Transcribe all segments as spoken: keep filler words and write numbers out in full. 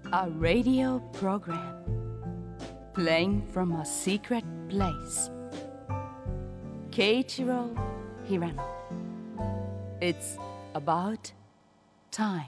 A radio program playing from a secret place. Keiichiro Hirano. It's about time.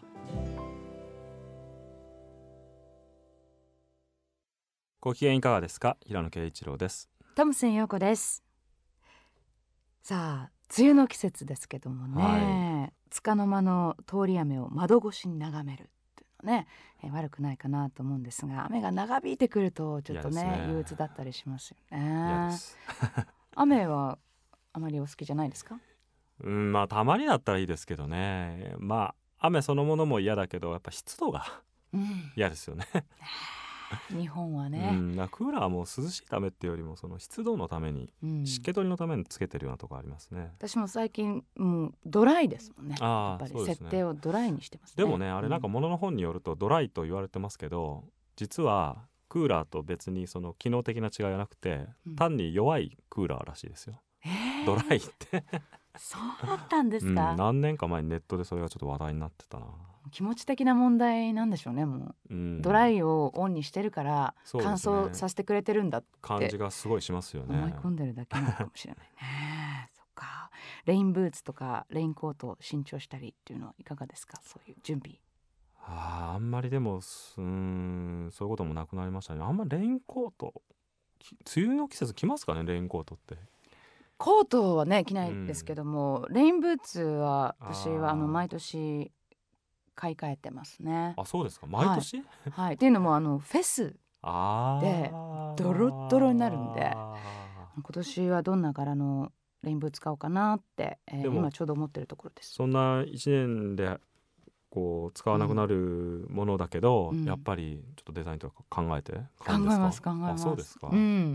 ご機嫌いかがですか。平野啓一郎です。 トムセン陽子です。さあ、梅雨の季節ですけどもね、はい、束の間の通り雨を窓越しに眺めるっていうのね、えー、悪くないかなと思うんですが、雨が長引いてくるとちょっと ね, ね憂鬱だったりしますよね。 嫌です雨はあまりお好きじゃないですか？ うん、まあたまにだったらいいですけどね。まあ雨そのものも嫌だけど、やっぱ湿度が嫌ですよね、 うん、日本はね、 うん、クーラーも涼しいためっていうよりもその湿度のために、うん、湿気取りのためにつけてるようなところありますね。 私も最近もうドライですもんね。やっぱり設定をドライにしてますね。 でもね、あれなんか物の本によるとドライと言われてますけど、うん、実はクーラーと別にその機能的な違いはなくて、うん、単に弱いクーラーらしいですよ、えー、ドライってそうだったんですか、 うん、何年か前にネットでそれがちょっと話題になってたな。 気持ち的な問題なんでしょうね。もう、うん、ドライをオンにしてるから乾燥させてくれてるんだって感じがすごいしますよね。 思い込んでるだけなのかもしれないねそっか。レインブーツとかレインコートを新調したりっていうのはいかがですか？そういう準備。 あ, あんまりでもうーんそういうこともなくなりましたね。あんまりレインコート、梅雨の季節来ますかね、レインコートって。 コートはね着ないですけども、うん、レインブーツは私はあの毎年買い替えてますね。 あ、そうですか、毎年、 はいはい、っていうのもあのフェスでドロッドロになるんで、今年はどんな柄のレインブーツ買おうかなって、えー、今ちょうど思ってるところです。 そんないちねんでこう使わなくなるものだけど、うん、やっぱりちょっとデザインとか考えて買うんですか？ 考えます考えます。 あ、そうですか、 うん、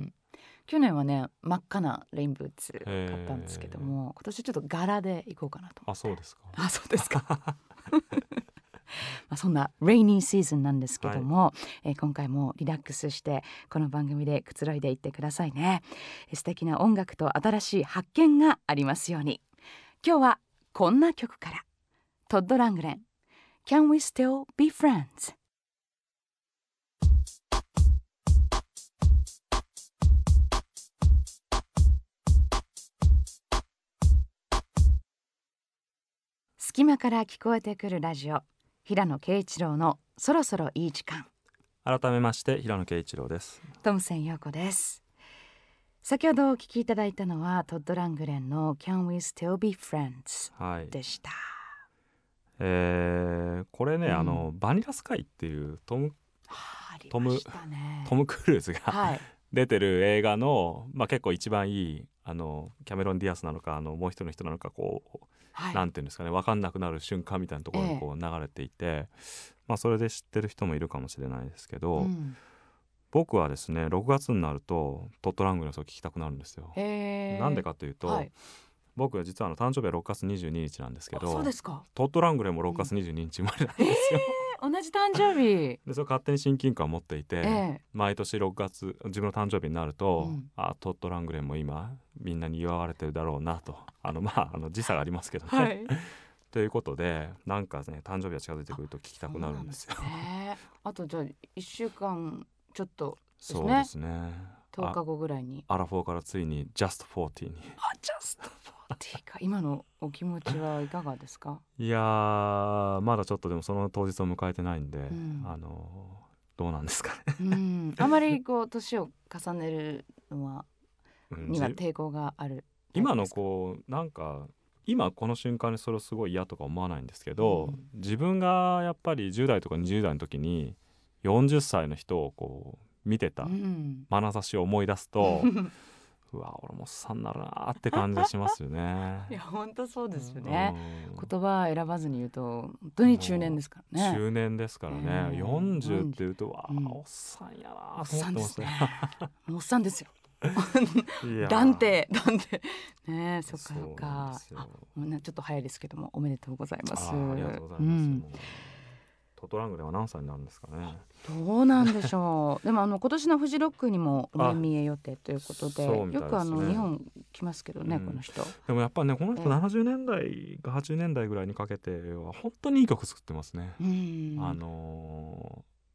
去年はね真っ赤なレインブーツ買ったんですけども、今年ちょっと柄でいこうかなと思って。 あ、そうですか。 あ、そうですかまあそんなレイニーシーズンなんですけども、はい、えー、今回もリラックスしてこの番組でくつろいでいってくださいね。素敵な音楽と新しい発見がありますように。今日はこんな曲から。トッド・ラングレン Can we still be friends?隙間から聞こえてくるラジオ、平野啓一郎のそろそろいい時間。 改めまして平野啓一郎です。 トムセン陽子です。先ほどお聞きいただいたのはトッド・ラングレンの Can we still be friends、はい、でした。 えー、これね、うん、あのバニラスカイっていうトム、はあ、トム、トム・クルーズが、はい、出てる映画の、まあ、結構一番いいあのキャメロン・ディアスなのかあのもう一人の人なのかこう、はい、なんていうんですかね、分かんなくなる瞬間みたいなところにこう流れていて、えーまあ、それで知ってる人もいるかもしれないですけど、うん、僕はですねろくがつになるとトッド・ラングレンの曲を聴きたくなるんですよ。なんでかというと、はい、僕は実はあの誕生日はろくがつにじゅうににちなんですけど、 そうですか。 トッド・ラングレンもろくがつにじゅうににち生まれなんですよ、 うん、同じ誕生日でそれ勝手に親近感を持っていて、えー、毎年ろくがつ自分の誕生日になると、うん、あトッド・ラングレンも今みんなに祝われてるだろうなと、あのまああの時差がありますけどね、はい、ということでなんかね誕生日が近づいてくると聴きたくなるんですよ。 あ, ですね、あとじゃあいっしゅうかんちょっとですね。 そうですね、 とおかごぐらいにアラフォーからついに ジャストフォーティー にあ ジャストフォーティー か今のお気持ちはいかがですか？ いやーまだちょっとでもその当日を迎えてないんで、うん、あのどうなんですかね、うん、 あまりこう年を重ねるのは、うん、には抵抗がある今のこうなんか今この瞬間にそれをすごい嫌とか思わないんですけど、うん、自分がやっぱりじゅう代とかにじゅう代の時によんじゅっさいの人をこう見てた眼差しを思い出すと、うん、うわ俺もおっさんになるなって感じがしますよね。 いや本当そうですよね、うん、言葉選ばずに言うと本当に中年ですからね。 中年ですからね、えー、よんじゅうって言うとわ、うん、おっさんやなと思ってますね。 おっさんですよ断定断定ねえ、そっかそっか。あ、ちょっと早いですけどもおめでとうございます。 あ, ありがとうございます、うん、トッド・ラングレンは何歳になるんですかね。 どうなんでしょうでもあの今年のフジロックにもお目見え予定ということ で, で、ね、よくあの日本来ますけどね、うん、この人。 でもやっぱりねこの人ななじゅうねんだいかはちじゅうねんだいぐらいにかけては本当にいい曲作ってますね。うん、あの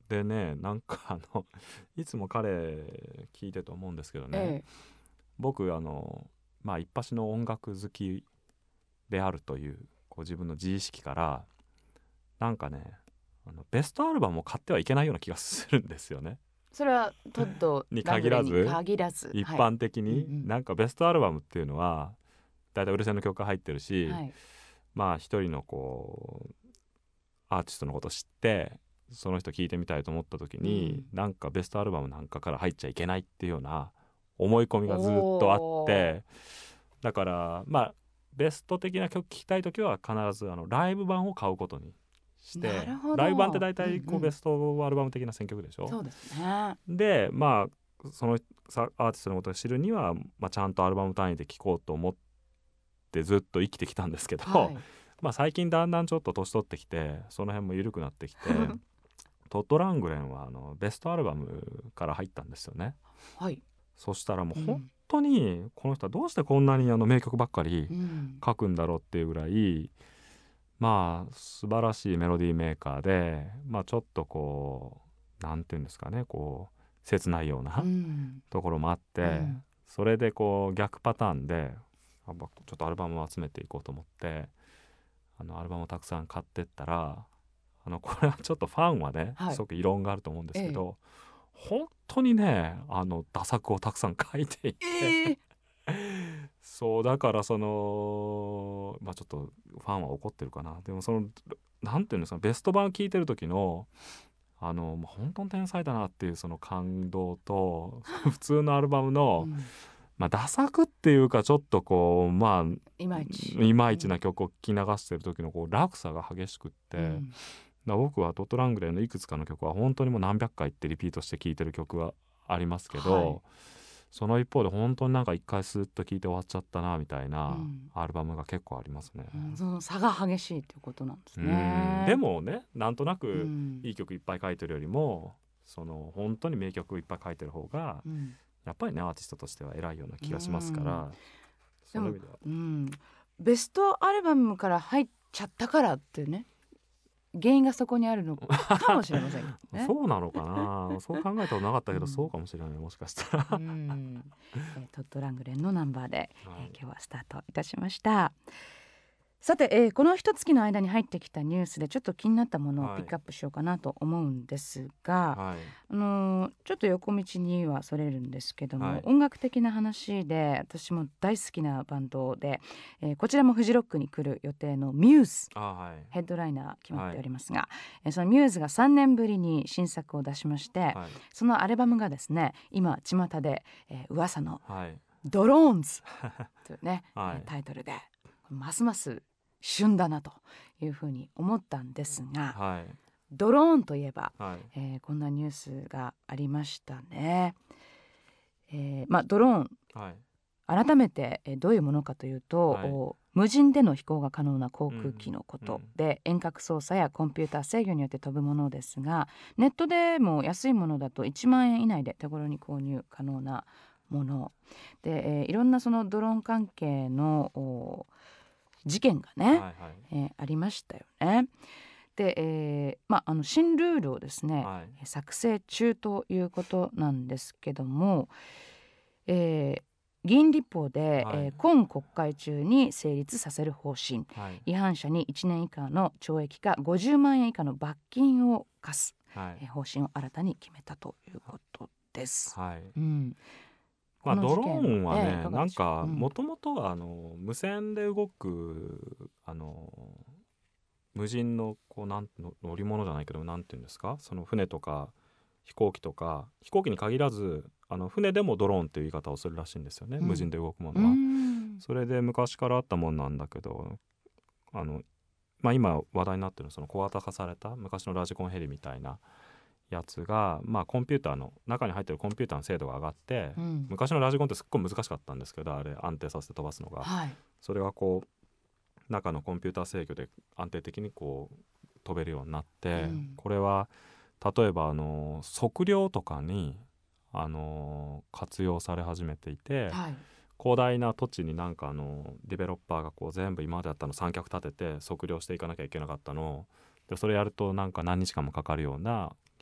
でね、なんかあのいつも彼聞いてると思うんですけどね、ええ、僕あのまあ一発の音楽好きであるという、こう自分の自意識からなんかね、あのベストアルバムを買ってはいけないような気がするんですよね。 それはトッドに限らず限らず一般的に、はい、うんうん、なんかベストアルバムっていうのはだいたい売れ線の曲が入ってるし、はい、まあ一人のこうアーティストのことを知ってその人聴いてみたいと思った時に、うん、なんかベストアルバムなんかから入っちゃいけないっていうような思い込みがずっとあって、だからまあベスト的な曲聴きたい時は必ずあのライブ版を買うことにして、ライブ版って大体こう、うんうん、ベストアルバム的な選曲でしょ。 そうですね。 でまあそのアーティストのことを知るには、まあ、ちゃんとアルバム単位で聴こうと思ってずっと生きてきたんですけど、はい、まあ最近だんだんちょっと年取ってきてその辺も緩くなってきてトッド・ラングレンはあのベストアルバムから入ったんですよね。 はい、 そしたらもう本当にこの人はどうしてこんなにあの名曲ばっかり書くんだろうっていうぐらい、うん、まあ素晴らしいメロディーメーカーで、まあ、ちょっとこうなんていうんですかね、こう切ないような、うん、ところもあって、うん、それでこう逆パターンでちょっとアルバムを集めていこうと思ってあのアルバムをたくさん買ってったら、あのこれはちょっとファンはね、はい、すごく異論があると思うんですけど、ええ、本当にねあのダ作をたくさん書いていて、えー、そうだからそのまあちょっとファンは怒ってるかな。でもそのなんていうんですか、ベスト版を聴いてる時のあの、まあ、本当に天才だなっていうその感動と普通のアルバムの、うん、まあ、ダ作っていうかちょっとこうまあいまいちいまいちな曲を聴き流してる時のこう落差が激しくって、うん、だ僕はトッド・ラングレンのいくつかの曲は本当にもう何百回ってリピートして聴いてる曲はありますけど、はい、その一方で本当になんか一回スーッと聴いて終わっちゃったなみたいなアルバムが結構ありますね、 うん、その差が激しいっていうことなんですね。 うん、でもね、なんとなくいい曲いっぱい書いてるよりも、その本当に名曲いっぱい書いてる方が、うん、やっぱりねアーティストとしては偉いような気がしますから、うん、 その意味では、うん、ベストアルバムから入っちゃったからってね、原因がそこにあるのかもしれません、ね、 そうなのかなそう考えたことなかったけど、うん、そうかもしれない、もしかしたら、うん、 えー、トッド・ラングレンのナンバーで、はい、えー、今日はスタートいたしました。さて、えー、この一月の間に入ってきたニュースでちょっと気になったものをピックアップしようかなと思うんですが、はい、あのー、ちょっと横道にはそれるんですけども、はい、音楽的な話で私も大好きなバンドで、えー、こちらもフジロックに来る予定のミューズ、はい、ヘッドライナー決まっておりますが、はい、えー、そのミューズがさんねんぶりに新作を出しまして、はい、そのアルバムがですね今巷で、えー、噂の、はい、ドローンズというね、はい、タイトルでますます旬だなというふうに思ったんですが、はい、ドローンといえば、はい、えー、こんなニュースがありましたね。えーまあ、ドローン、はい、改めて、えー、どういうものかというと、はい、無人での飛行が可能な航空機のことで、うん、遠隔操作やコンピューター制御によって飛ぶものですが、ネットでも安いものだといちまんえん以内で手頃に購入可能なもので、えー、いろんなそのドローン関係の事件がね、はいはい、えー、ありましたよね。で、えーまあ、あの新ルールをですね、はい、作成中ということなんですけども、えー、議員立法で、はい、えー、今国会中に成立させる方針、はい、違反者にいちねん以下の懲役かごじゅうまんえん以下の罰金を課す、はい、えー、方針を新たに決めたということです。はい、うん、 まあ、ドローンはね、えー、なんかもともとはあの無線で動くあの無人のこうなんの乗り物じゃないけどなんていうんですか、その船とか飛行機とか、飛行機に限らずあの船でもドローンっていう言い方をするらしいんですよね、うん、無人で動くものは。それで昔からあったもんなんだけど、あの、まあ、今話題になってるその小型化された昔のラジコンヘリみたいなやつが、まあ、コンピューターの中に入ってるコンピューターの精度が上がって、うん、昔のラジコンってすっごい難しかったんですけど、あれ安定させて飛ばすのが、はい、それがこう中のコンピューター制御で安定的にこう飛べるようになって、うん、これは例えばあの測量とかにあの活用され始めていて、はい、広大な土地になんかあのディベロッパーがこう全部今まであったの三脚立てて測量していかなきゃいけなかったので、それやるとなんか何日間もかかるような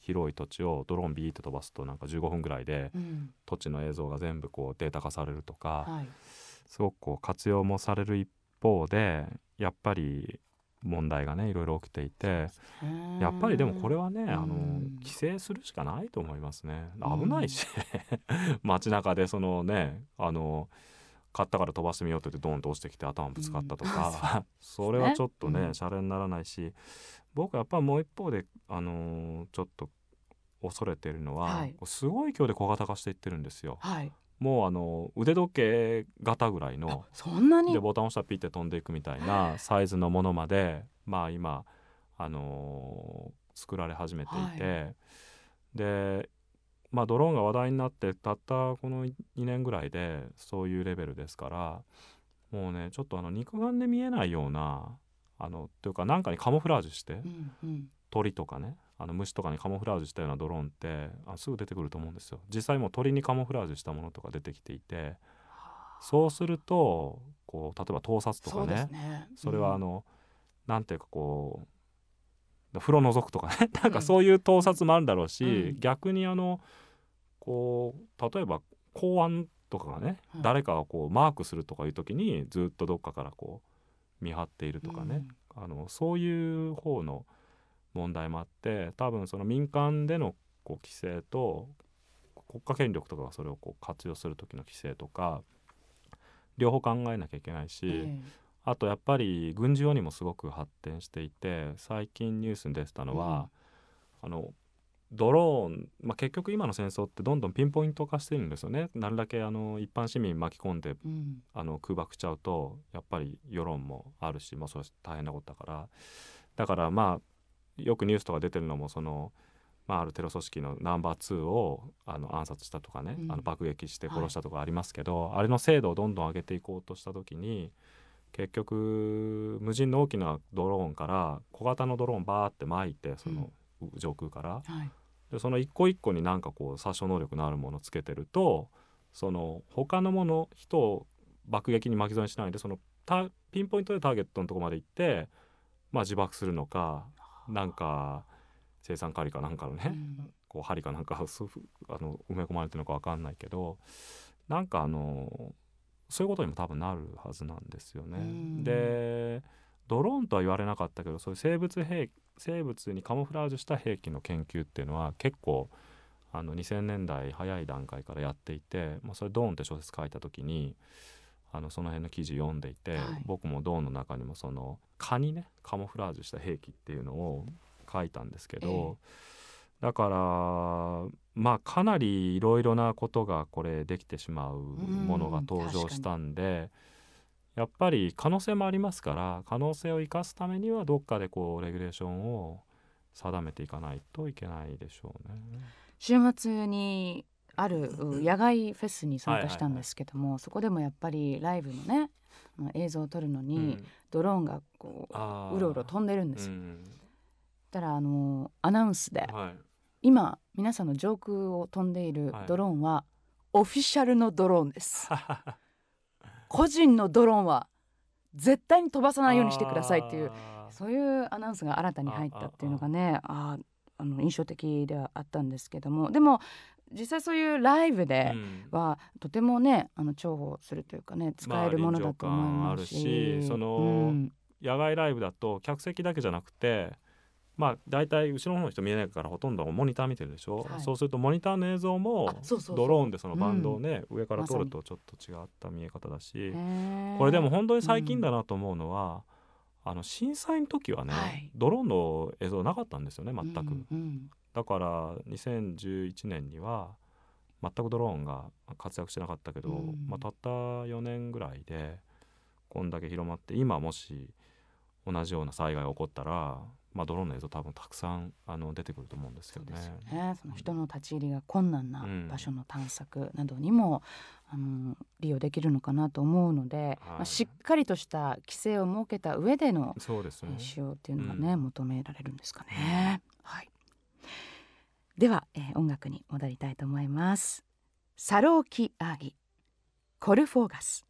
広い土地をドローンビーって飛ばすとなんかじゅうごふんぐらいで土地の映像が全部こうデータ化されるとか、はい、すごくこう活用もされる一方でやっぱり問題がねいろいろ起きていて、やっぱりでもこれはね、あの規制するしかないと思いますね。危ないし街中でそのねあの買ったから飛ばしてみようって言ってドーンと落ちてきて頭ぶつかったとか、うん、それはちょっとね、うん、シャレにならないし、僕はやっぱりもう一方で、あのー、ちょっと恐れてるのは、はい、すごい勢いで小型化していってるんですよ、はい、もうあの腕時計型ぐらいの、 そんなにでボタンを押したらピッて飛んでいくみたいなサイズのものまで、まあ今、あのー、作られ始めていて、はい、でまあ、ドローンが話題になってたったこのにねんぐらいでそういうレベルですから、もうねちょっとあの肉眼で見えないようなあのというかなんかにカモフラージュして、うんうん、鳥とかねあの虫とかにカモフラージュしたようなドローンってあすぐ出てくると思うんですよ。実際もう鳥にカモフラージュしたものとか出てきていて、そうするとこう例えば盗撮とか ね, そ, ね、うん、それはあのなんていうかこう風呂覗くとかねなんかそういう盗撮もあるんだろうし、うん、逆にあのこう例えば公安とかがね、うん、誰かがこうマークするとかいう時にずっとどっかからこう見張っているとかね、うん、あのそういう方の問題もあって、多分その民間でのこう規制と国家権力とかがそれをこう活用する時の規制とか両方考えなきゃいけないし、うん、あとやっぱり軍事用にもすごく発展していて、最近ニュースに出てたのは、うん、あのドローン、まあ、結局今の戦争ってどんどんピンポイント化してるんですよね。なるだけあの一般市民巻き込んで、うん、あの空爆しちゃうとやっぱり世論もあるし、まあ、それは大変なことだからだからまあよくニュースとか出てるのもその、まあ、あるテロ組織のナンバーツーをあの暗殺したとかね、うん、あの爆撃して殺したとかありますけど、はい、あれの精度をどんどん上げていこうとした時に結局無人の大きなドローンから小型のドローンバーって巻いてその上空から、うんはい、でその一個一個になんかこう殺傷能力のあるものをつけてると、その他のもの人を爆撃に巻き添えにしないでそのタピンポイントでターゲットのところまで行って、まあ、自爆するのかなんか青酸カリかなんかのね、うん、こう針かなんかあの埋め込まれてるのか分かんないけど、なんかあのそういうことにも多分なるはずなんですよね、うん、でドローンとは言われなかったけどそういう生物兵生物にカモフラージュした兵器の研究っていうのは結構あのにせんねんだい早い段階からやっていて、まあ、それドーンって小説書いた時にあのその辺の記事読んでいて、はい、僕もドーンの中にもその蚊にねカモフラージュした兵器っていうのを書いたんですけど、えー、だからまあかなりいろいろなことがこれできてしまうものが登場したんで、やっぱり可能性もありますから、可能性を生かすためにはどっかでこうレギュレーションを定めていかないといけないでしょうね。 週末にある野外フェスに参加したんですけども、はいはいはい、そこでもやっぱりライブのね映像を撮るのに、うん、ドローンがこううろうろ飛んでるんですよ、うん、たらあのアナウンスで、はい、今皆さんの上空を飛んでいるドローンはオフィシャルのドローンです、はい、個人のドローンは絶対に飛ばさないようにしてくださいっていうそういうアナウンスが新たに入ったっていうのがね、ああの印象的ではあったんですけども、でも実際そういうライブでは、うん、とてもねあの重宝するというかね使えるものだと思いますし、 まあ、臨場感あるし、その、うん、野外ライブだと客席だけじゃなくてまあ大体後ろの方の人見えないからほとんどモニター見てるでしょ、はい、そうするとモニターの映像もドローンでそのバンドをね、うん、上から撮るとちょっと違った見え方だし、これでも本当に最近だなと思うのは、うん、あの震災の時はね、はい、ドローンの映像なかったんですよね全く、うんうん、だからにせんじゅういちねんには全くドローンが活躍してなかったけど、うんまあ、たったよねんぐらいでこんだけ広まって、今もし同じような災害が起こったら、まあ、ドローンの映像多分たくさんあの出てくると思うんですよね。 そうですよね。その人の立ち入りが困難な場所の探索などにも、うん、あの利用できるのかなと思うので、はいまあ、しっかりとした規制を設けた上でのそうですね、使用っていうのがね、うん、求められるんですかね、うんはい、では、えー、音楽に戻りたいと思います。サローキ・アーギコルフォーガス。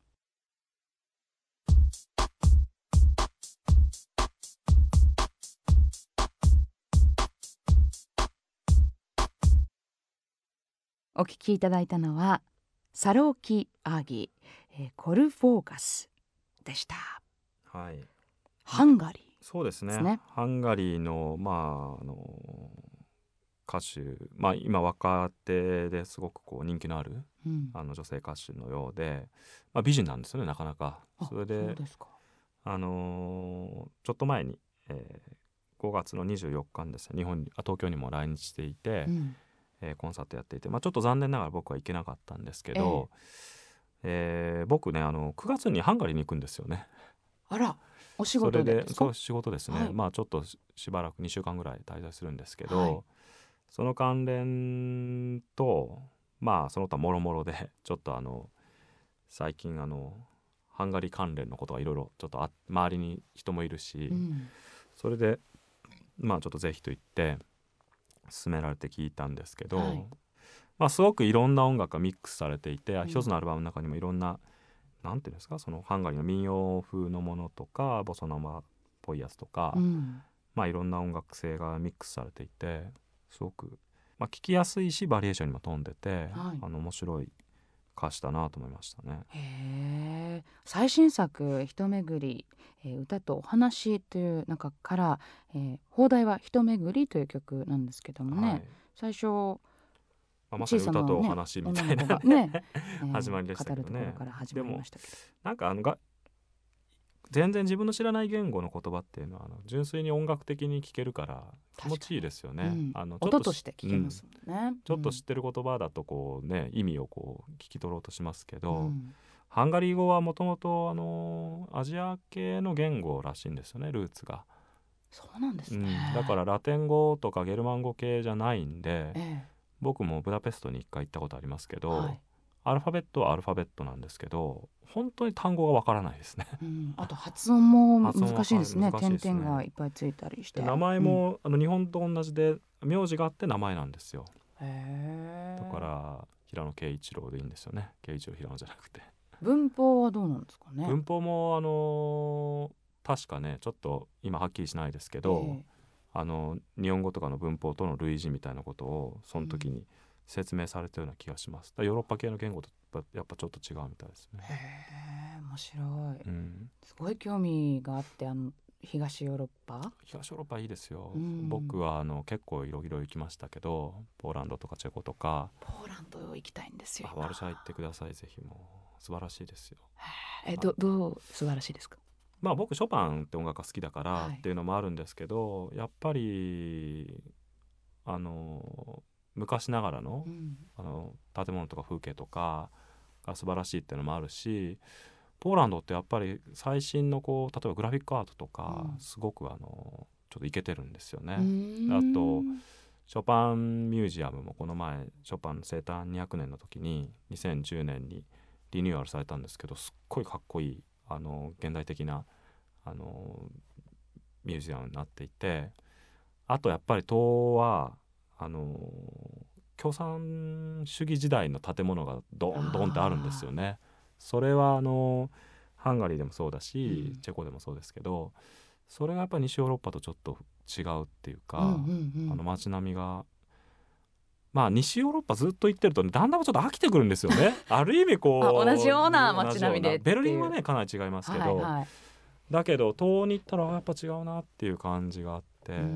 お聞きいただいたのはサローキ・アーギー、えー、コルフォーガスでした。 はい、 ハンガリー、 そうですね、ね、ハンガリーの、まあ、あの歌手、まあ、今若手ですごくこう人気のある、うん、あの女性歌手のようで、まあ、美人なんですよね、なかなか。それで、そうですか。あのー、ちょっと前に、えー、ごがつのにじゅうよっかにですね、日本にあ東京にも来日していて、うん、えー、コンサートやっていて、まあ、ちょっと残念ながら僕は行けなかったんですけど、えーえー、僕ねあのくがつにハンガリーに行くんですよね。 あら、お仕事でですか？ それでそう仕事ですね、はい、まあちょっとしばらくにしゅうかんぐらい滞在するんですけど、はい、その関連とまあその他もろもろでちょっとあの最近あのハンガリー関連のことがいろいろちょっとあ周りに人もいるし、うん、それでまあちょっとぜひと言って勧められて聞いたんですけど、はい、まあすごくいろんな音楽がミックスされていて、うん、一つのアルバムの中にもいろんななんていうんですか、そのハンガリーの民謡風のものとかボサノバっぽいやつとか、うん、まあいろんな音楽性がミックスされていてすごく、まあ、聞きやすいしバリエーションにも富んでて、はい、あの面白い歌詞だなと思いましたね。 へー、最新作一巡り、えー、歌とお話という中から、えー、放題は一巡りという曲なんですけどもね、はい、最初まあ、まさに歌とお話みたいな、ねねえー、始まりでしたけどね。 語るところから始まりましたけど、 なんかあのが全然自分の知らない言語の言葉っていうのはあの純粋に音楽的に聴けるから気持ちいいですよね。うん、 あのちょっと音として聴けますもんね、うん、 ちょっと知ってる言葉だとこう、ね、意味をこう聞き取ろうとしますけど、うん、ハンガリー語はもともとアジア系の言語らしいんですよね、ルーツが。 そうなんですね、 うん、だからラテン語とかゲルマン語系じゃないんで、ええ、僕もブダペストにいっかい行ったことありますけど、はい、アルファベットはアルファベットなんですけど本当に単語がわからないですね、 うん、あと発音も難しいですね。点々がいっぱいついたりして、 名前も、うん、あの日本と同じで名字があって名前なんですよ。へだから平野啓一郎でいいんですよね。啓一郎平野じゃなくて。 文法はどうなんですかね。 文法もあの確かねちょっと今はっきりしないですけど、えー、あの日本語とかの文法との類似みたいなことをその時に説明されたような気がします。だヨーロッパ系の言語とやっぱちょっと違うみたいですね。 へー、面白い、うん、すごい興味があって、あの東ヨーロッパ東ヨーロッパいいですよ、うん、僕はあの結構いろいろ行きましたけどポーランドとかチェコとか。 ポーランド行きたいんですよ。 ワルシャワ行ってください、ぜひ。もう素晴らしいですよ。 えどどう素晴らしいですか。 まあ僕ショパンって音楽が好きだからっていうのもあるんですけど、はい、やっぱりあの昔ながらの、うん、あの建物とか風景とかが素晴らしいっていうのもあるし、ポーランドってやっぱり最新のこう例えばグラフィックアートとか、うん、すごくあのちょっとイケてるんですよね。あとショパンミュージアムもこの前ショパン生誕にひゃくねんの時ににせんじゅうねんにリニューアルされたんですけど、すっごいかっこいいあの現代的なあのミュージアムになっていて、あとやっぱり東欧はあの共産主義時代の建物がドンドンってあるんですよね。それはあのハンガリーでもそうだし、うん、チェコでもそうですけど、それがやっぱり西ヨーロッパとちょっと違うっていうか、うんうんうん、あの街並みがまあ西ヨーロッパずっと行ってると、ね、だんだんちょっと飽きてくるんですよね。ある意味こう同じような街並みでベルリンはねかなり違いますけど、はいはい、だけど東欧に行ったらやっぱ違うなっていう感じがあって、うん、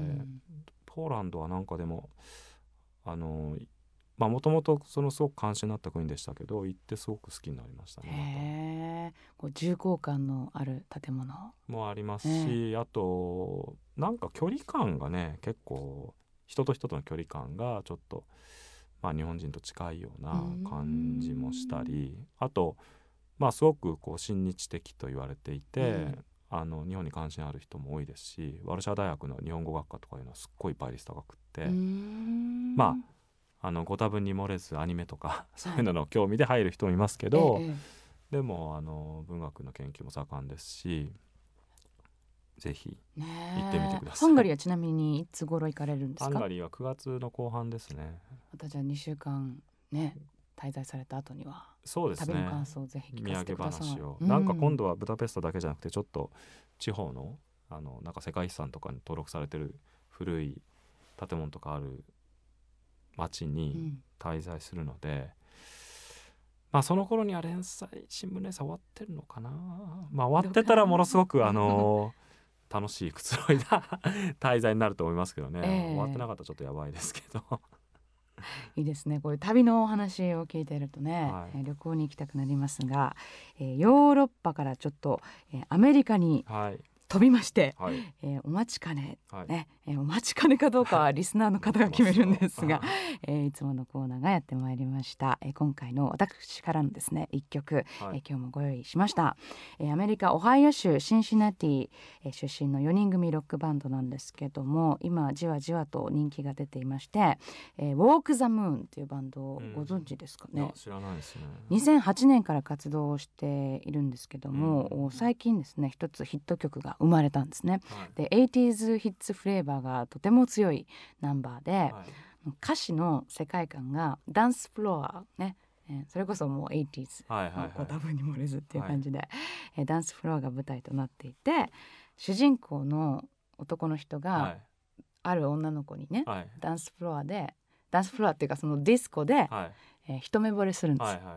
ポーランドはなんかでもあのまあもともとそのすごく関心になった国でしたけど、行ってすごく好きになりましたね。へー、こう重厚感のある建物もありますし、あとなんか距離感がね結構人と人との距離感がちょっと、まあ、日本人と近いような感じもしたり、あと、まあ、すごくこう親日的と言われていて、うん、あの日本に関心ある人も多いですし、ワルシャワ大学の日本語学科とかいうのはすっごい倍率高くって、まああのご多分に漏れずアニメとかそういうのの興味で入る人もいますけど、はい、でもあの文学の研究も盛んですし、ぜひ行ってみてください。 ハンガリーはちなみにいつ頃行かれるんですか。 ハンガリーはくがつの後半ですね。 またじゃあにしゅうかんね滞在された後には、 そうですね、 旅の感想をぜひ聞かせてください。 土産話を、うん、なんか今度はブダペストだけじゃなくてちょっと地方のあのなんか世界遺産とかに登録されてる古い建物とかある町に滞在するので、うん、まあその頃には連載新聞連載終わってるのかな。まあ終わってたらものすごくあの楽しいくつろいだ滞在になると思いますけどね、えー、終わってなかったらちょっとやばいですけどいいですね。こういう旅のお話を聞いているとね、はい、旅行に行きたくなりますが、えー、ヨーロッパからちょっと、えー、アメリカに飛びまして、はい、えー、お待ちかね、はい、ね、えー、お待ちかねかどうかはリスナーの方が決めるんですが、えー、いつものコーナーがやってまいりました。えー、今回の私からのですね一曲、はい、えー、今日もご用意しました。えー、アメリカオハイオ州シンシナティ、えー、出身のよにん組ロックバンドなんですけども、今じわじわと人気が出ていまして、えー、Walk the Moon というバンドをご存知ですかね。 うん、いや知らないですね。 にせんはちねんから活動をしているんですけども、うん、最近ですね一つヒット曲が生まれたんですね、はい、で エイティーズ ヒッツフレーバーがとても強いナンバーで、はい、歌詞の世界観がダンスフロアね、えー、それこそもう エイティーズ の多分に漏れずっていう感じで、はいえー、ダンスフロアが舞台となっていて、主人公の男の人が、はい、ある女の子にね、はい、ダンスフロアでダンスフロアっていうかそのディスコで、はいえー、一目惚れするんですよ、はいはいはい、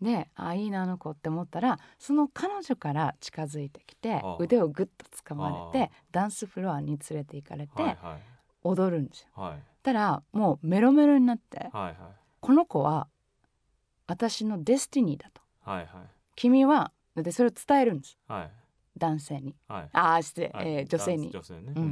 であいいなあの子って思ったらその彼女から近づいてきて腕をグッと掴まれてダンスフロアに連れて行かれて、はいはい、踊るんですよ、はい、たらもうメロメロになって、はいはい、この子は私のデスティニーだと、はいはい、君はでそれを伝えるんです、はい、男性に、はい、あ失礼、はいえー、女性に、女性ね、うん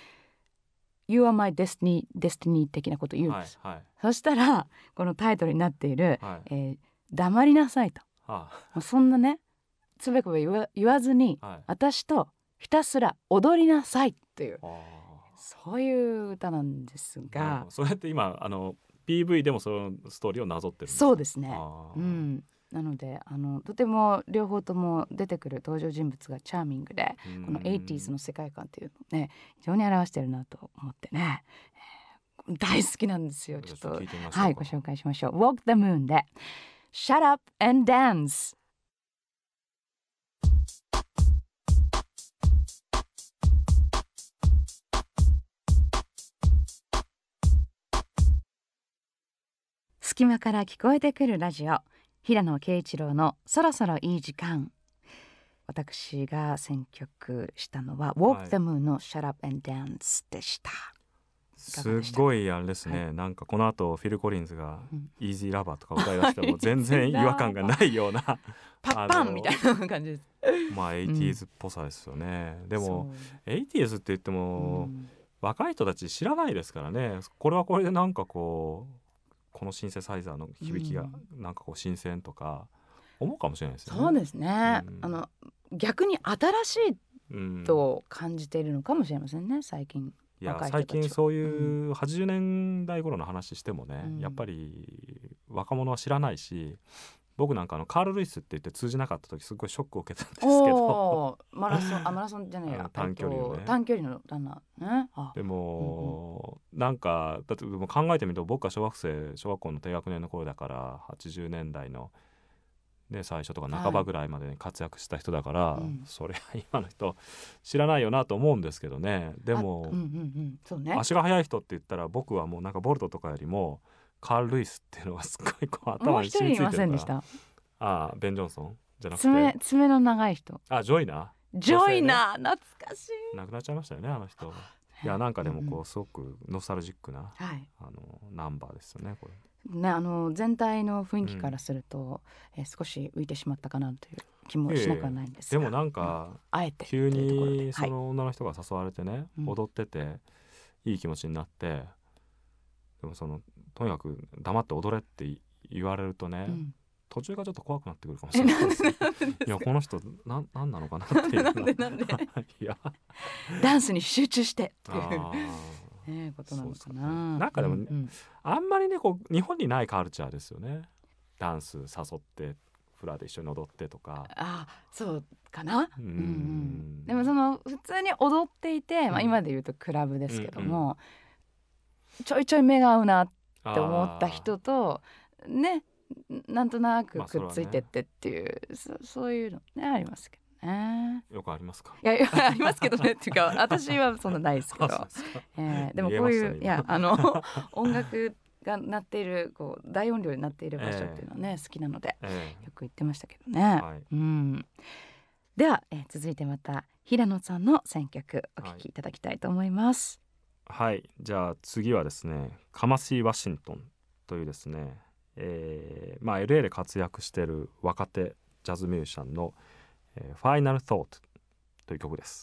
、You are my destiny, destiny 的なことを言うんです、はいはい、そしたらこのタイトルになっている、はいえー、黙りなさいと、はあ、もうそんなねつべこべ 言わ, 言わずに、はい、私とひたすら踊りなさいっていう、そういう歌なんですが、 そうやって今あの ピーブイ でもそのストーリーをなぞってるんですか。 そうですね、うん、なのであのとても両方とも出てくる登場人物がチャーミングで、この エイティーズ の世界観っていうのをね非常に表してるなと思ってね、えー、大好きなんですよ。ちょっとはいご紹介しましょう。 Walk the Moon で Shut Up and Dance。隙間から聞こえてくるラジオ、平野啓一郎のそろそろいい時間。私が選曲したのは Walk the Moon の Shut Up and Dance でした。 すごいあれですね、はい、なんかこの後フィル・コリンズが Easy Lover とか歌い出しても全然違和感がないようなパッパンみたいな感じです。 まあ エイティーズ っぽさですよね、うん、でも エイティーズ って言っても、うん、若い人たち知らないですからね。これはこれでなんかこうこのシンセサイザーの響きがなんかこう新鮮とか思うかもしれないですよね。 そうですね、うん、あの逆に新しいと感じているのかもしれませんね、最近。 いや最近そういうはちじゅうねんだい頃の話してもね、うん、やっぱり若者は知らないし、僕なんかあのカール・ルイスって言って通じなかった時すごいショックを受けたんですけどマラソンあマラソンじゃないや短距離のね、 短距離のランナーね。あでも、うんうん、なんかだって考えてみると僕が小学生小学校の低学年の頃だからはちじゅうねんだいのね、最初とか半ばぐらいまで活躍した人だから、はいうん、それは今の人知らないよなと思うんですけどね。でも、うんうんうんそうね、足が速い人って言ったら僕はもうなんかボルトとかよりもカール・ルイスっていうのがすっごいこう頭に染みついてるから。もう一人いませんでした？ああベン・ジョンソンじゃなくて 爪, 爪の長い人、 あジョイナージョイナー、ね、懐かしい。 亡くなっちゃいましたよねあの人。いやなんかでもこうすごくノスタルジックな、はい、あのナンバーですよねこれね。あの全体の雰囲気からすると、うんえー、少し浮いてしまったかなという気もしなくはないんですが、 えー、でもなんか、うん、あえて急にその女の人が誘われてね、はい、踊ってていい気持ちになって、うん、でもそのとにかく黙って踊れって言われるとね、うん、途中がちょっと怖くなってくるかもしれないですねいやこの人な何なのかなっていうなんでなんでいやダンスに集中してっていうね、ことなのかな。 なんかでも、ねうんうん、あんまりねこう日本にないカルチャーですよね。ダンス誘ってフラで一緒に踊ってとか。 あそうかな。うん、うん、でもその普通に踊っていて、うんまあ、今で言うとクラブですけども、うんうん、ちょいちょい目が合うなって思った人とねなんとなくくっついてってっていう、まあ そ, ね、そ, そういうのねありますけど。 よくありますか。 いやいやありますけどねっていうか私はそんなないですけどで, えー、でもこういういやあの音楽が鳴っているこう大音量になっている場所っていうのはね、えー、好きなので、 えー、 よく行ってましたけどね、 はい、 うん、では、えー、続いてまた平野さんの選曲お聴きいただきたいと思います。 はい、はい、じゃあ次はですねカマシー・ワシントンというですね、えーまあ、エルエー で活躍している若手ジャズミュージシャンの、えー、ファイナル・トートという曲です。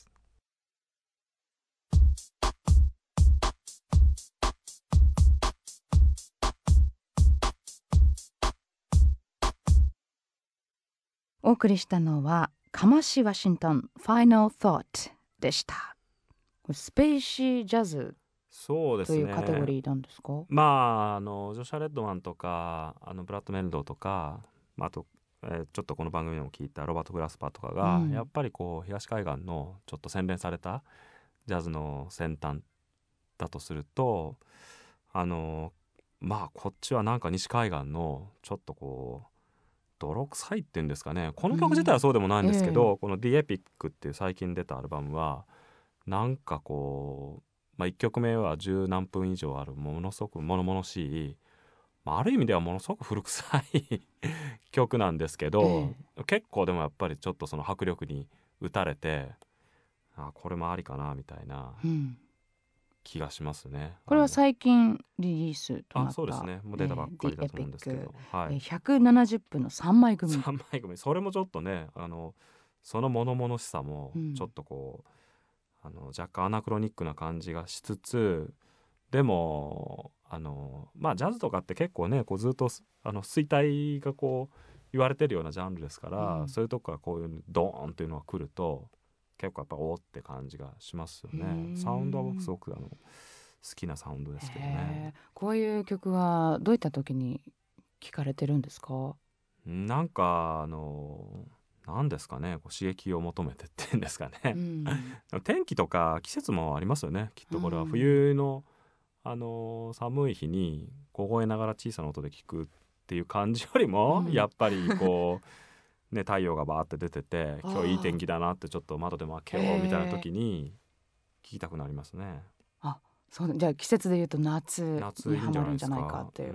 お送りしたのはカマシワシントン Final Thought でした。スペーシージャズというカテゴリーなんですか？ まあ、あのジョシャ・レッドマンとかあのブラッド・メルドとか、まあ、あと、えー、ちょっとこの番組でも聞いたロバート・グラスパーとかが、うん、やっぱりこう東海岸のちょっと洗練されたジャズの先端だとすると、あのまあこっちはなんか西海岸のちょっとこう泥臭いっていうんですかね、この曲自体はそうでもないんですけど、うんえー、この The Epic っていう最近出たアルバムはなんかこう、まあ、いっきょくめは十何分以上あるものすごく物々しい、まあ、ある意味ではものすごく古臭い曲なんですけど、えー、結構でもやっぱりちょっとその迫力に打たれて、あこれもありかなみたいな気がしますね、 うん、これは最近リリースとなった、 あそうですね、もう出たばっかりだと思うんですけど、 えーはい、ひゃくななじゅっぷんのさんまい組さんまい組、それもちょっとねあのその物々しさもちょっとこう、うん、あの若干アナクロニックな感じがしつつ、でもあのまあジャズとかって結構ねこうずっとあの衰退がこう言われてるようなジャンルですから、うん、そういうとこからこういうドーンっていうのが来ると結構やっぱおーって感じがしますよね。サウンドは僕すごくあの好きなサウンドですけどね。 こういう曲はどういった時に聴かれてるんですか？ なんかあのなんですかね、こう刺激を求めてっていうんですかね、うん、天気とか季節もありますよねきっと。これは冬の、あの寒い日に凍えながら小さな音で聞くっていう感じよりも、うん、やっぱりこうね太陽がバーって出てて今日いい天気だなってちょっと窓でも開けようみたいな時に聞きたくなりますね。 あそうじゃあ季節でいうと夏にハマるんじゃないかっていう。うん、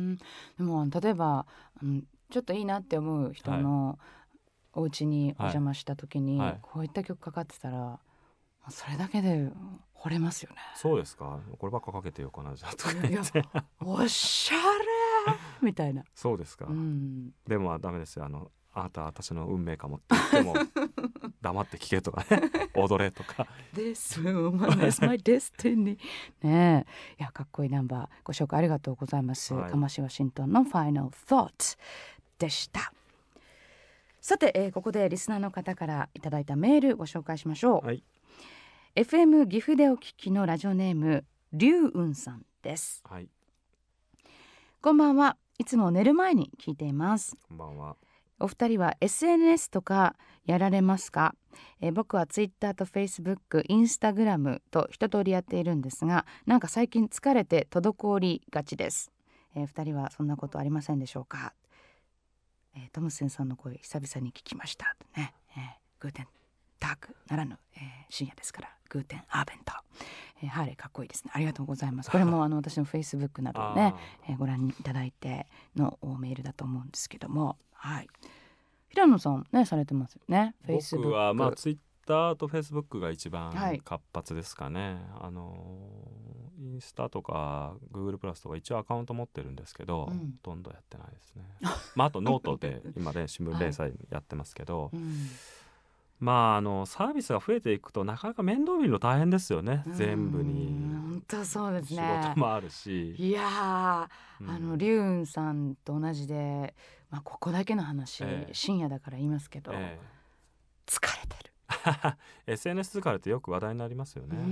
でも例えば、うん、ちょっといいなって思う人のお家にお邪魔した時に、はいはい、こういった曲かかってたらそれだけで惚れますよね。 そうですか、こればっかかけてよかなじゃあとか言っておしゃれみたいな。 そうですか、うん、でもダメですよ、あのあなたは私の運命かもって言っても黙って聴けとかね踊れとか This woman is my destiny ねえ、いやかっこいいナンバーご紹介ありがとうございます、はい、カマシワシントンの Final Thoughts でした。さて、えー、ここでリスナーの方からいただいたメールご紹介しましょう、はい、エフエム 岐阜でお聞きのラジオネームリュウウンさんです、はい、こんばんは。いつも寝る前に聞いています。 こんばんは。 お二人は エスエヌエス とかやられますか？えー、僕は Twitter と Facebook、Instagram と一通りやっているんですが、なんか最近疲れて滞りがちです。えー、二人はそんなことありませんでしょうか？えー、トムセンさんの声久々に聞きましたね、えー、グーテンタークならぬ、えー、深夜ですからグーテンアーベント、えー、ハーレーかっこいいですね。ありがとうございます。これもあの私の Facebook などね、えー、ご覧いただいてのメールだと思うんですけども、はい、平野さんねされてますよね。 僕はまあ Twitter と Facebook が一番活発ですかね、はい、あのインスタとか Google プラスとか一応アカウント持ってるんですけど、うん、ほとんどやってないですねまああとノートで今ね新聞連載やってますけど、はい、うん、まああのサービスが増えていくとなかなか面倒見るの大変ですよね。全部に本当そうですね。 仕事もあるし、 いや、うん、あのリュウンさんと同じで、まあ、ここだけの話、えー、深夜だから言いますけど、えー、疲れてるエスエヌエス 疲れてよく話題になりますよね。うん、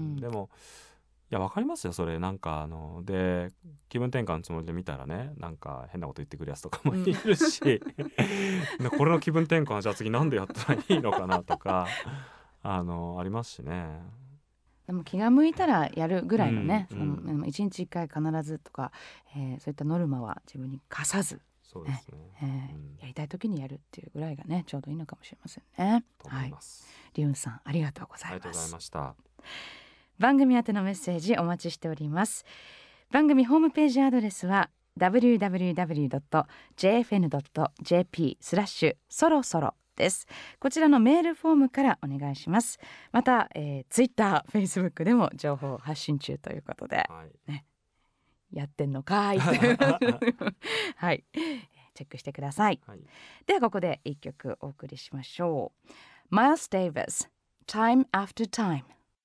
でもいや分かりますよそれ。なんかあので気分転換のつもりで見たらね、なんか変なこと言ってくるやつとかもいるし、うん、でこれの気分転換じゃあ次なんでやったらいいのかなとかあのありますしね。 でも気が向いたらやるぐらいのね、うんうん、そのいちにちいっかい必ずとか、えー、そういったノルマは自分に課さず、 そうですね、 えーうん、やりたい時にやるっていうぐらいがねちょうどいいのかもしれませんね。 と思います。 はい、リュウンさんありがとうございます。 ありがとうございました。 番組宛てのメッセージお待ちしております。 番組ホームページアドレスは ダブリューダブリューダブリュードットジェーエフエヌドットジェーピー スラッシュそろそろです。こちらのメールフォームからお願いします。また、えー、Twitter、Facebook でも情報発信中ということで、はいね、やってんのかいはい、チェックしてください、はい、ではここで一曲お送りしましょう。 Miles Davis Time After Time。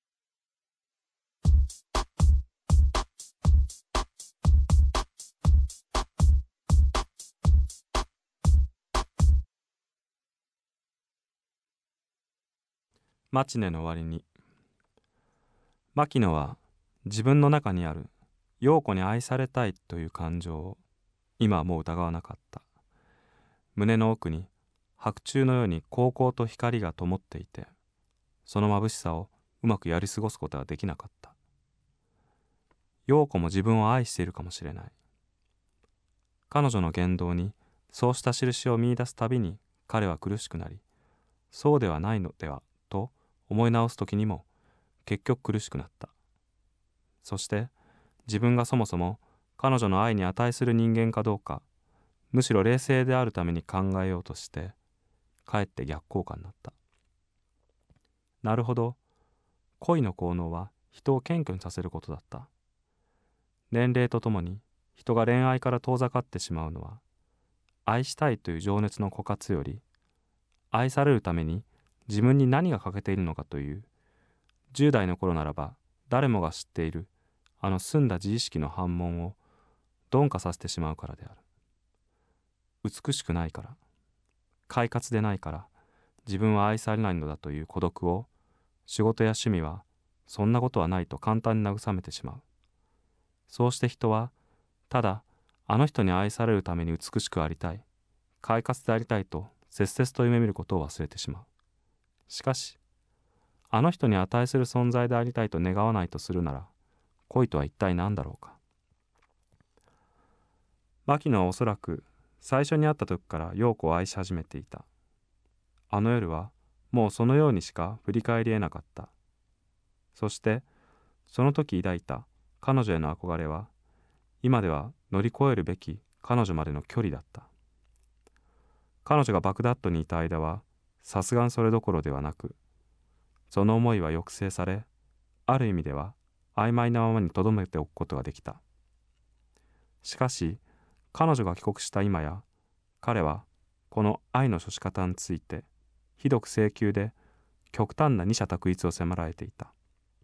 マチネの終わりに。牧野は自分の中にある陽子に愛されたいという感情を今はもう疑わなかった。胸の奥に白昼のようにこうこうと光が灯っていて、その眩しさをうまくやり過ごすことはできなかった。陽子も自分を愛しているかもしれない。彼女の言動にそうした印を見出すたびに彼は苦しくなり、そうではないのではと思い直す時にも結局苦しくなった。そして自分がそもそも彼女の愛に値する人間かどうか、むしろ冷静であるために考えようとしてかえって逆効果になった。なるほど、恋の効能は人を謙虚にさせることだった。年齢とともに人が恋愛から遠ざかってしまうのは、愛したいという情熱の枯渇より、愛されるために自分に何が欠けているのかというじゅう代の頃ならば誰もが知っているあの澄んだ自意識の反問を鈍化させてしまうからである。美しくないから、快活でないから自分は愛されないのだという孤独を、仕事や趣味はそんなことはないと簡単に慰めてしまう。そうして人はただあの人に愛されるために美しくありたい、快活でありたいと切々と夢見ることを忘れてしまう。しかしあの人に値する存在でありたいと願わないとするなら、恋とは一体何だろうか。牧野はおそらく最初に会った時から陽子を愛し始めていた。あの夜はもうそのようにしか振り返り得なかった。そしてその時抱いた彼女への憧れは、今では乗り越えるべき彼女までの距離だった。彼女がバグダッドにいた間はさすがにそれどころではなく、その思いは抑制され、ある意味では曖昧なままに留めておくことができた。しかし彼女が帰国した今や、彼はこの愛の処し方についてひどく請求で極端な二者択一を迫られていた。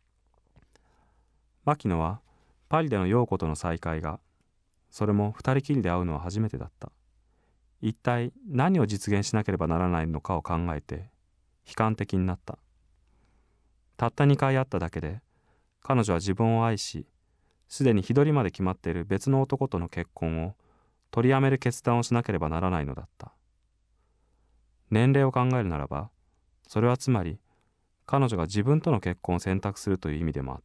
牧野はパリでの陽子との再会が、それも二人きりで会うのは初めてだった。一体何を実現しなければならないのかを考えて悲観的になった。たったにかい会っただけで彼女は自分を愛し、すでに日取りまで決まっている別の男との結婚を取りやめる決断をしなければならないのだった。年齢を考えるならば、それはつまり彼女が自分との結婚を選択するという意味でもあった。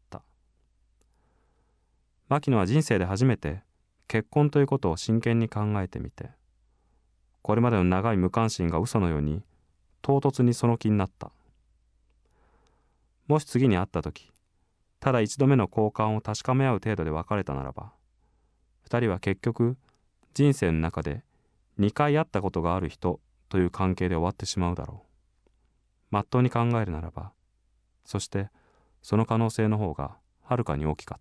牧野は人生で初めて結婚ということを真剣に考えてみて、これまでの長い無関心が嘘のように唐突にその気になった。もし次に会った時、ただ一度目の好感を確かめ合う程度で別れたならば、二人は結局人生の中で二回会ったことがある人という関係で終わってしまうだろう。まっとうに考えるならば、そしてその可能性の方がはるかに大きかった。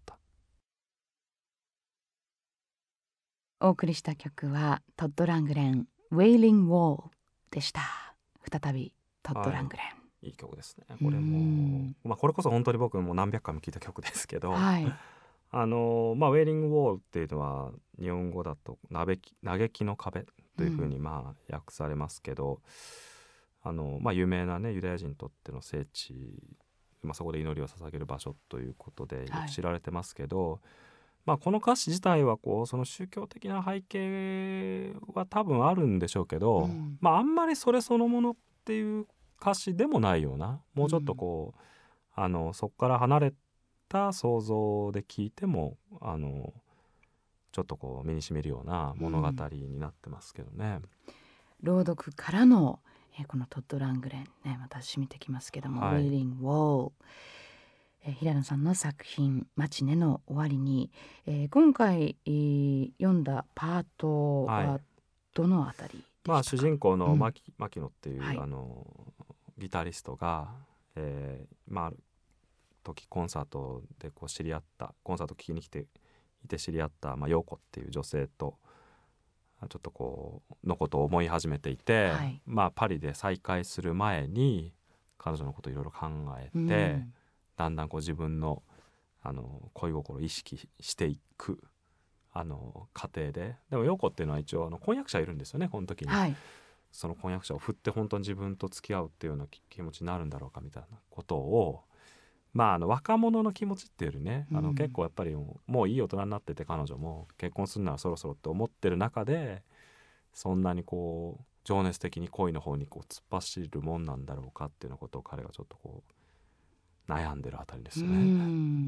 お送りした曲はトッド・ラングレン Wailing Wall でした。再びトッド・ラングレン、はい、 いい曲ですね。これも、まあ、これこそ本当に僕も何百回も聴いた曲ですけど、はい、あのまあ、ウェイリング・ウォールっていうのは日本語だと嘆き、嘆きの壁というふうにまあ訳されますけど、うん、あのまあ、有名な、ね、ユダヤ人にとっての聖地、まあ、そこで祈りを捧げる場所ということでよく知られてますけど、はい、まあ、この歌詞自体はこうその宗教的な背景は多分あるんでしょうけど、うん、まあ、あんまりそれそのものっていう歌詞でもないような、もうちょっとこう、うん、あのそこから離れた想像で聞いてもあのちょっとこう身にしみるような物語になってますけどね、 うん、朗読からの、えー、このトッド・ラングレンね、また染みてきますけども、はい、ウェイリング・ウォール、 えー、平野さんの作品マチネの終わりに、えー、今回、えー、読んだパートはどのあたりでしたか？ まあ、主人公の牧、うん、牧野っていう、 はい、 あのギタリストが、えーまあ、ある時コンサートでこう知り合ったコンサート聴きに来ていて知り合った、まあ、陽子っていう女性とちょっとこうのことを思い始めていて、はい、まあ、パリで再会する前に彼女のことをいろいろ考えて、うん、だんだんこう自分の、あの恋心を意識していくあの過程で、でも陽子っていうのは一応あの婚約者いるんですよねこの時に、はい、その婚約者を振って本当に自分と付き合うっていうような気持ちになるんだろうかみたいなことを、まあ、あの若者の気持ちっていうよりね、うん、あの結構やっぱりもう、もういい大人になってて彼女も結婚するならそろそろって思ってる中でそんなにこう情熱的に恋の方にこう突っ走るもんなんだろうかっていうようなことを彼がちょっとこう悩んでるあたりですよね。うん、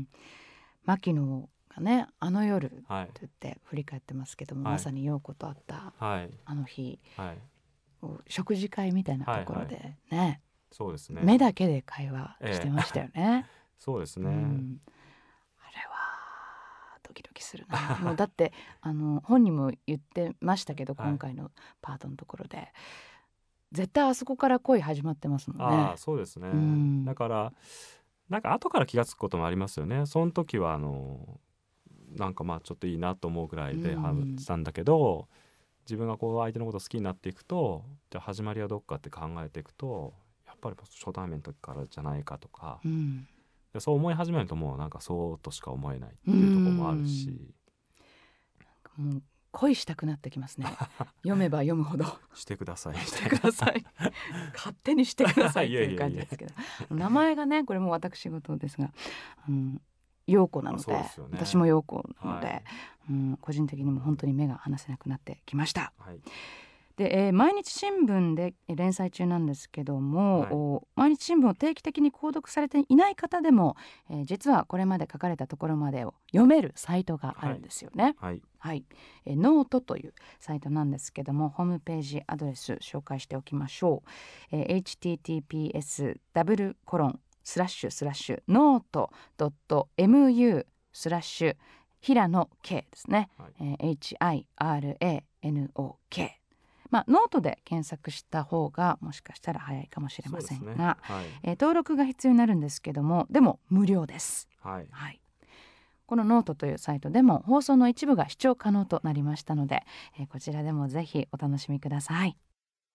牧野がねあの夜って言って振り返ってますけども、はい、まさに陽子と会った、はい、あの日、はい、食事会みたいなところでね、はいはい、そうですね、目だけで会話してましたよね、えー、 そうですね、 うん、あれはドキドキするなもうだってあの本人も言ってましたけど、はい、今回のパートのところで絶対あそこから恋始まってますもんね。 あ、そうですね、うん、だからなんか後から気がつくこともありますよね。その時はあのなんかまあちょっといいなと思うぐらいで話したんだけど、うん、自分がこう相手のことを好きになっていくと、じゃあ始まりはどっかって考えていくとやっぱり初対面の時からじゃないかとか、うん、でそう思い始めるともうなんかそうとしか思えないっていうところもあるし、 うん、もう恋したくなってきますね読めば読むほどしてくださいしてください勝手にしてくださいっていう感じですけどいやいやいや名前がねこれも私事ですが、うん、陽子なの で, で、ね、私も陽子なので、はい、うん、個人的にも本当に目が離せなくなってきました、はい。で、えー、毎日新聞で連載中なんですけども、はい、毎日新聞を定期的に購読されていない方でも、えー、実はこれまで書かれたところまでを読めるサイトがあるんですよね。はい、はい、えー、ノートというサイトなんですけども、ホームページアドレス紹介しておきましょう。えー、エイチティーティーピーエス ダブルコロンスラッシュスラッシュノート .mu スラッシュ平野 K ですね、はい、えー、エイチアイアールエーエヌオーケー、まあ、ノートで検索した方がもしかしたら早いかもしれませんが、ね、はい、えー、登録が必要になるんですけども、でも無料です、はいはい。このノートというサイトでも放送の一部が視聴可能となりましたので、えー、こちらでもぜひお楽しみください。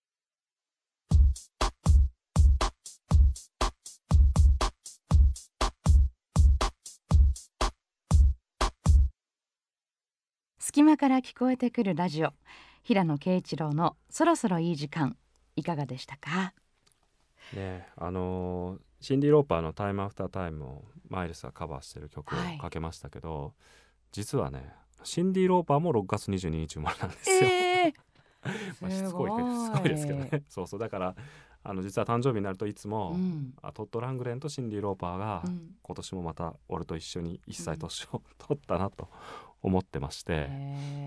隙間から聞こえてくるラジオ、平野啓一郎のそろそろいい時間、いかがでしたかね。あのー、シンディ・ローパーのタイムアフタータイムをマイルスがカバーしてる曲をかけましたけど、はい、実はねシンディ・ローパーもろくがつにじゅうににち生まれなんですよ、えーまあ、しつこいすごいですけどねそうそう、だからあの実は誕生日になるといつも、うん、トッド・ラングレンとシンディ・ローパーが、うん、今年もまた俺と一緒にいっさい年を取ったなと思ってまして、うん、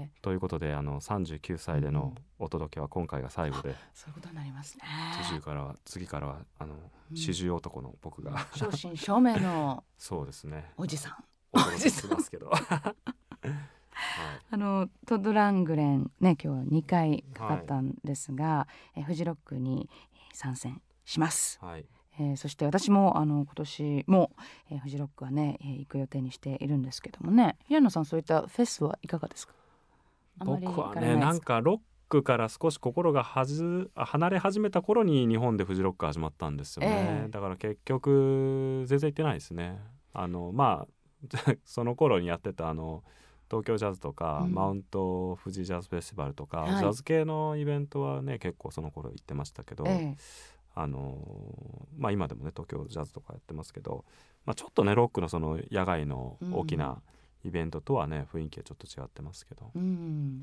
ということであのさんじゅうきゅうさいでのお届けは今回が最後で、うん、 そういうことになりますね。 次からは次からはあの四十男の僕が、うん、 正真正銘のそうですねおじさんお届けしますけどはい、あのトッド・ラングレンね今日はにかいかかったんですが、はい、えフジロックに参戦します、はい。えー、そして私もあの今年も、えー、フジロックはね、えー、行く予定にしているんですけどもね、平野さんそういったフェスはいかがですか？ あまり僕はねなんかロックから少し心がはず離れ始めた頃に日本でフジロック始まったんですよね、えー、だから結局全然行ってないですね。あのまあその頃にやってたあの東京ジャズとか、うん、マウント富士ジャズフェスティバルとか、はい、ジャズ系のイベントはね結構その頃行ってましたけど、ええ、あのまあ、今でもね東京ジャズとかやってますけど、まあ、ちょっとねロックのその野外の大きなイベントとはね、うん、雰囲気はちょっと違ってますけど、うん、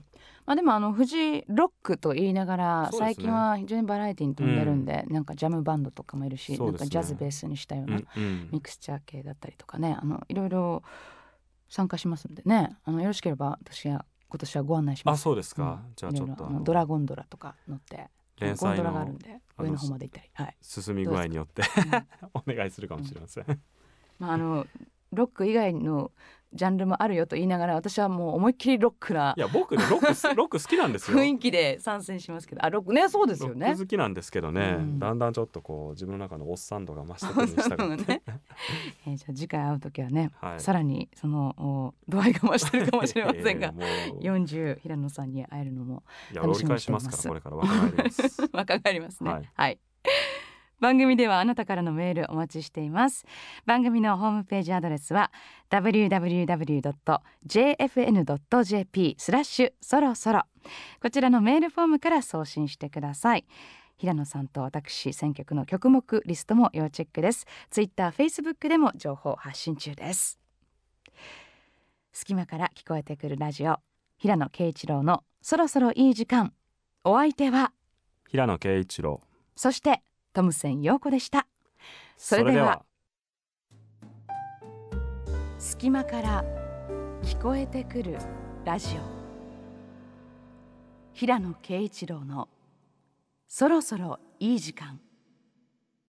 まあ、でもあの富士ロックと言いながら、ね、最近は非常にバラエティに富んでるんで、うん、なんかジャムバンドとかもいるし、ね、なんかジャズベースにしたようなミクスチャー系だったりとかね、あのいろいろ参加しますんでね、あのよろしければ私は今年はご案内します。 あ、そうですか、うん、じゃあちょっとあのドラゴンドラとか乗って連載のゴンドラがあるんで上の方まで行ったり、はい、 進み具合によってお願いするかもしれません、うん、 まあ、あのロック以外のジャンルもあるよと言いながら、私はもう思いっきりロックないや僕ねロックロック好きなんですよ。 雰囲気で参戦しますけど、あロックね、そうですよね。 ロック好きなんですけどね、 うん、 だんだんちょっとこう自分の中のおっさん度が増してくるにしたがって、 ねえー、じゃあ次回会うときはね、 はい、 さらにその度合いが増してるかもしれませんがもうよんじゅう平野さんに会えるのも楽しみにしています。 いや折り返しますから、これから若返ります若返りますね。 はい、 はい、番組ではあなたからのメールお待ちしています。番組のホームページアドレスは ダブリューダブリューダブリュードットジェーエフエヌドットジェーピー スラッシュそろそろ、こちらのメールフォームから送信してください。平野さんと私選曲の曲目リストも要チェックです。ツイッター、フェイスブックでも情報発信中です。隙間から聞こえてくるラジオ、平野啓一郎のそろそろいい時間。お相手は平野啓一郎、 そしてトムセン陽子でした。それでは、隙間から聞こえてくるラジオ、平野啓一郎のそろそろいい時間。